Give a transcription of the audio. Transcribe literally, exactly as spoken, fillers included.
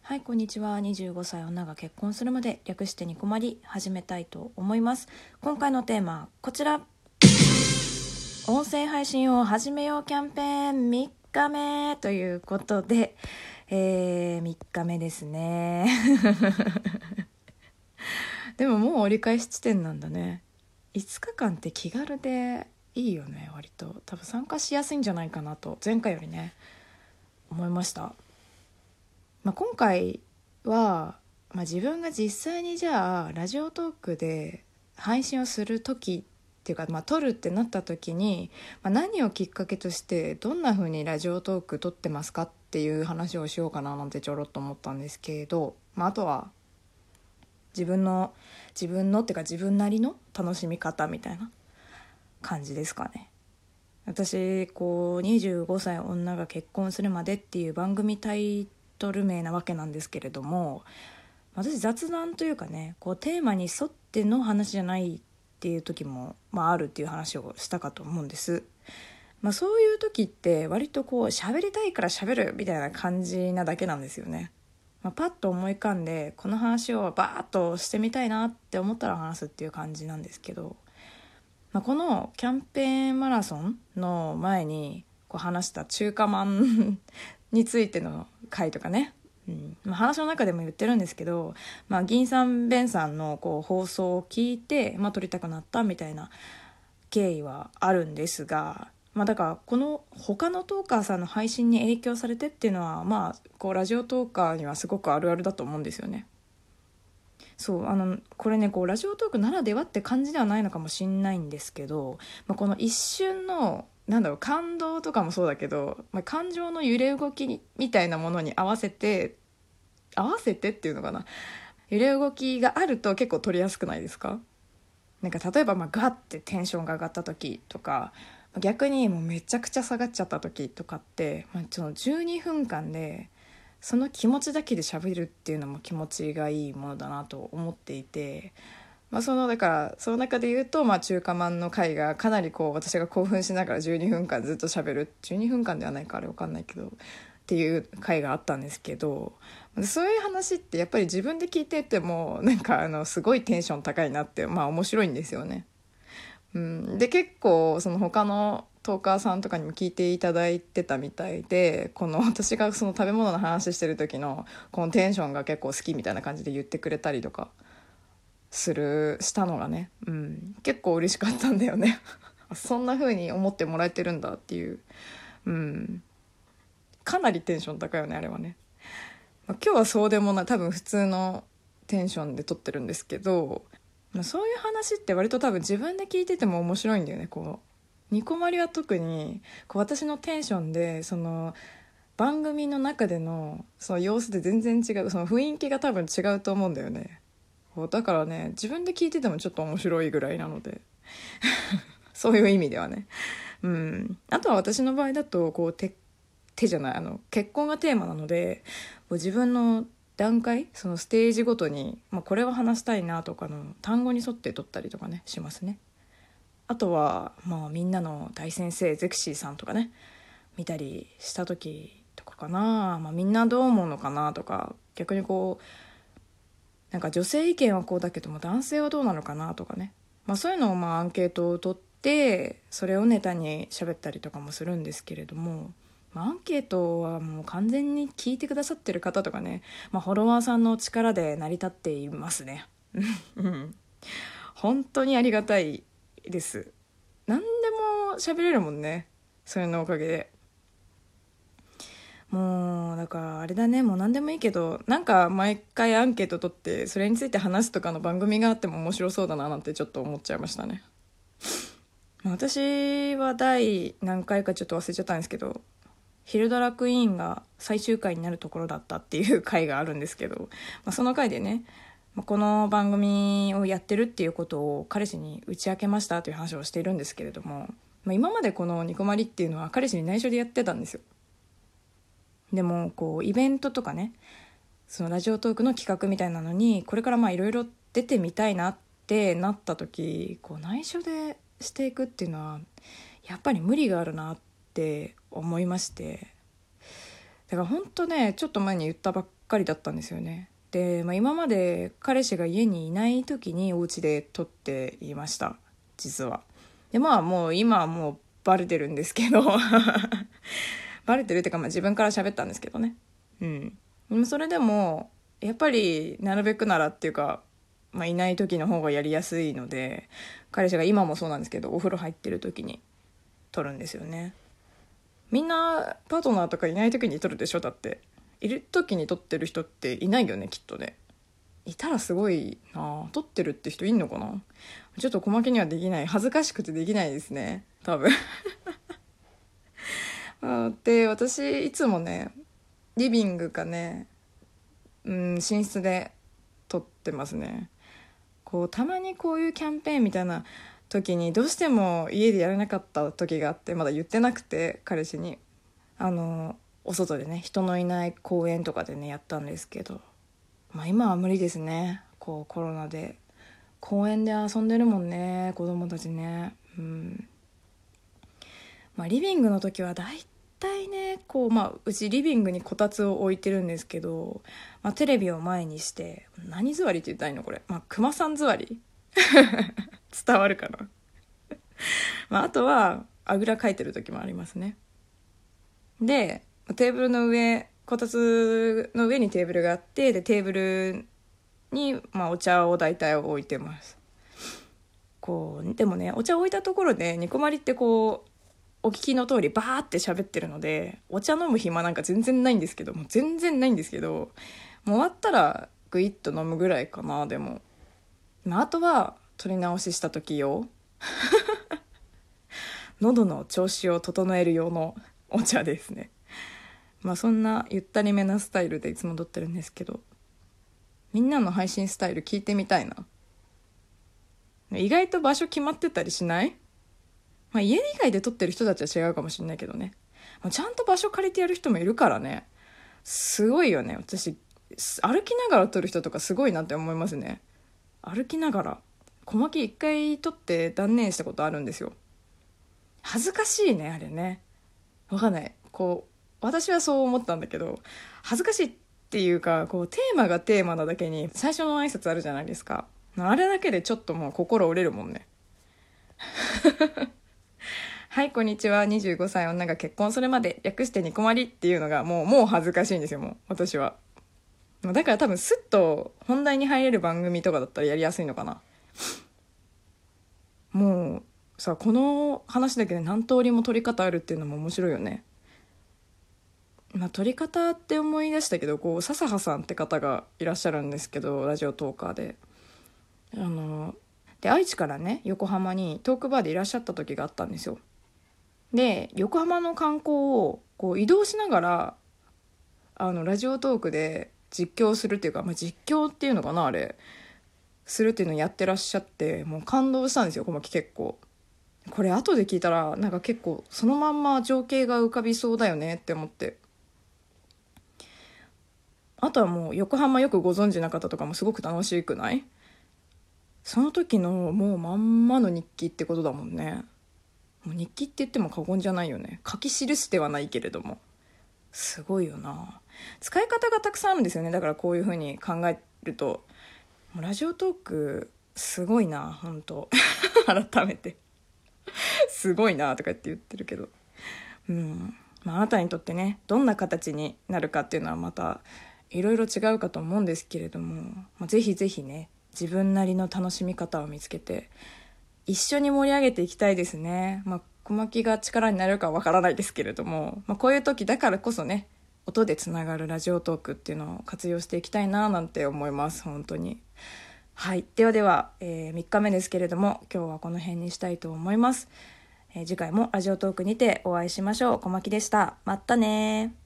はい、こんにちは。にじゅうごさい女が結婚するまで、略してニコマリ始めたいと思います。今回のテーマこちら。音声配信を始めようキャンペーンみっかめということで、えー、みっかめですね。でももう折り返し地点なんだね。いつかかんって気軽でいいよね。割と多分参加しやすいんじゃないかなと前回よりね思いました。まあ、今回は、まあ、自分が実際にじゃあラジオトークで配信をする時っていうか、まあ、撮るってなった時に、まあ、何をきっかけとしてどんな風にラジオトーク撮ってますかっていう話をしようかななんてちょろっと思ったんですけど、まあ、あとは自分の自分のっていうか自分なりの楽しみ方みたいな感じですかね。私こうにじゅうごさい女が結婚するまでっていう番組タイトル名なわけなんですけれども、私雑談というかね、こうテーマに沿っての話じゃないっていう時も、まあ、あるっていう話をしたかと思うんです。まあ、そういう時って割とこう喋りたいから喋るみたいな感じなだけなんですよね。まあ、パッと思い浮かんでこの話をバーッとしてみたいなって思ったら話すっていう感じなんですけど、まあ、このキャンペーンマラソンの前にこう話した中華まんについての回とかね、うんまあ、話の中でも言ってるんですけど、まあ、銀さんベンさんのこう放送を聞いて、まあ、撮りたくなったみたいな経緯はあるんですが、まあ、だからこの他のトーカーさんの配信に影響されてっていうのは、まあ、こうラジオトーカーにはすごくあるあるだと思うんですよね。そうあのこれねこうラジオトークならではって感じではないのかもしんないんですけど、まあ、この一瞬のなんだろう感動とかもそうだけど、まあ、感情の揺れ動きみたいなものに合わせて合わせてっていうのかな、揺れ動きがあると結構撮りやすくないですか？なんか例えばまあガッてテンションが上がった時とか、逆にもうめちゃくちゃ下がっちゃった時とかって、まあ、そのじゅうにふんかんでその気持ちだけで喋るっていうのも気持ちがいいものだなと思っていて、まあ、そのだからその中で言うと、まあ、中華まんの回がかなりこう私が興奮しながらじゅうにふんかんずっと喋る、じゅうにふんかんではないかあれ分かんないけどっていう回があったんですけど、そういう話ってやっぱり自分で聞いててもなんかあのすごいテンション高いなって、まあ面白いんですよね。うん、で結構その他のトーカーさんとかにも聞いていただいてたみたいで、この私がその食べ物の話してる時のこのテンションが結構好きみたいな感じで言ってくれたりとかするしたのがね、うん、結構嬉しかったんだよね。そんな風に思ってもらえてるんだっていう、うん、かなりテンション高いよねあれはね。まあ、今日はそうでもない多分普通のテンションで撮ってるんですけど、まあ、そういう話って割と多分自分で聞いてても面白いんだよね。こうニコマリは特にこう私のテンションでその番組の中でのその様子で全然違う、その雰囲気が多分違うと思うんだよね。こうだからね自分で聞いててもちょっと面白いぐらいなのでそういう意味ではね、うん、あとは私の場合だとこう手手じゃないあの結婚がテーマなので、こう自分の段階そのステージごとに、まあ、これは話したいなとかの単語に沿って取ったりとかねしますね。あとは、まあ、みんなの大先生ゼクシーさんとかね見たりした時とかかな、まあ、みんなどう思うのかなとか、逆にこうなんか女性意見はこうだけども男性はどうなのかなとかね、まあ、そういうのをまあアンケートを取ってそれをネタに喋ったりとかもするんですけれども、まあ、アンケートはもう完全に聞いてくださってる方とかね、まあ、フォロワーさんの力で成り立っていますね。本当にありがたいです。何でも喋れるもんね、それのおかげで。もうだからあれだね、もう何でもいいけどなんか毎回アンケート取ってそれについて話すとかの番組があっても面白そうだななんてちょっと思っちゃいましたね。私は第何回かちょっと忘れちゃったんですけど、ヒルドラクイーンが最終回になるところだったっていう回があるんですけど、まあ、その回でねこの番組をやってるっていうことを彼氏に打ち明けましたという話をしているんですけれども、まあ、今までこのニコマリっていうのは彼氏に内緒でやってたんですよ。でもこうイベントとかね、そのラジオトークの企画みたいなのにこれからまあいろいろ出てみたいなってなった時、こう内緒でしていくっていうのはやっぱり無理があるなって思いまして、 だからほんとねちょっと前に言ったばっかりだったんですよね。で、まあ、今まで彼氏が家にいない時にお家で撮っていました実は。でまあもう今はもうバレてるんですけどバレてるっていうか、まあ、自分から喋ったんですけどね。うんでもそれでもやっぱりなるべくならっていうか、まあ、いない時の方がやりやすいので、彼氏が今もそうなんですけどお風呂入ってる時に撮るんですよね。みんなパートナーとかいない時に撮るでしょ。だっている時に撮ってる人っていないよねきっとね。いたらすごいな。撮ってるって人いんのかな。ちょっと小負けにはできない、恥ずかしくてできないですね多分で私いつもねリビングかね、うん、寝室で撮ってますね。こうたまにこういうキャンペーンみたいな時にどうしても家でやれなかった時があって、まだ言ってなくて彼氏に、あのお外でね人のいない公園とかでねやったんですけど、まあ今は無理ですね。こうコロナで公園で遊んでるもんね子供たちね。うんまあリビングの時はだいたいねこう、まあ、うちリビングにこたつを置いてるんですけど、まあ、テレビを前にして何座りって言ったらいいのこれ、まあ、熊さん座り伝わるかなまあ、あとはあぐらかいてる時もありますね。でテーブルの上、こたつの上にテーブルがあって、でテーブルに、まあ、お茶を大体置いてます。こうでもねお茶を置いたところでニコマリってこうお聞きの通りバーって喋ってるのでお茶飲む暇なんか全然ないんですけどもう全然ないんですけどもう終わったらグイッと飲むぐらいかな。でも、まあ、あとは取り直しした時用喉の調子を整える用のお茶ですね。まあそんなゆったりめなスタイルでいつも撮ってるんですけど、みんなの配信スタイル聞いてみたいな。意外と場所決まってたりしない？まあ、家以外で撮ってる人たちは違うかもしれないけどね、まあ、ちゃんと場所借りてやる人もいるからね。すごいよね。私歩きながら撮る人とかすごいなって思いますね。歩きながら小牧一回撮って断念したことあるんですよ。恥ずかしいねあれね。わかんない、こう私はそう思ったんだけど、恥ずかしいっていうかこうテーマがテーマなだけに最初の挨拶あるじゃないですか。あれだけでちょっともう心折れるもんねはいこんにちは、にじゅうごさい女が結婚するまで略してニコマリっていうのがもうもう恥ずかしいんですよ。もう私はだから多分スッと本題に入れる番組とかだったらやりやすいのかな。もうさこの話だけで何通りも撮り方あるっていうのも面白いよね。まあ撮り方って思い出したけど、こう笹葉さんって方がいらっしゃるんですけど、ラジオトーカーであので愛知からね横浜にトークバーでいらっしゃった時があったんですよ。で横浜の観光をこう移動しながらあのラジオトークで実況するっていうか、まあ、実況っていうのかなあれするっていうのをやってらっしゃって、もう感動したんですよ小牧。結構これ後で聞いたらなんか結構そのまんま情景が浮かびそうだよねって思って、あとはもう横浜よくご存知な方とかもすごく楽しくない？その時のもうまんまの日記ってことだもんね。もう日記って言っても過言じゃないよね。書き記してはないけれどもすごいよな。使い方がたくさんあるんですよね。だからこういう風に考えるともうラジオトークすごいな本当改めてすごいなとか言って言ってるけど、うんまあ、あなたにとってねどんな形になるかっていうのはまたいろいろ違うかと思うんですけれども、まあ、ぜひぜひね自分なりの楽しみ方を見つけて一緒に盛り上げていきたいですね。まあ小牧が力になるかわからないですけれども、まあ、こういう時だからこそね音でつながるラジオトークっていうのを活用していきたいななんて思います本当に。はい、ではでは、えー、みっかめですけれども今日はこの辺にしたいと思います。えー、次回もラジオトークにてお会いしましょう。小牧でした。またね。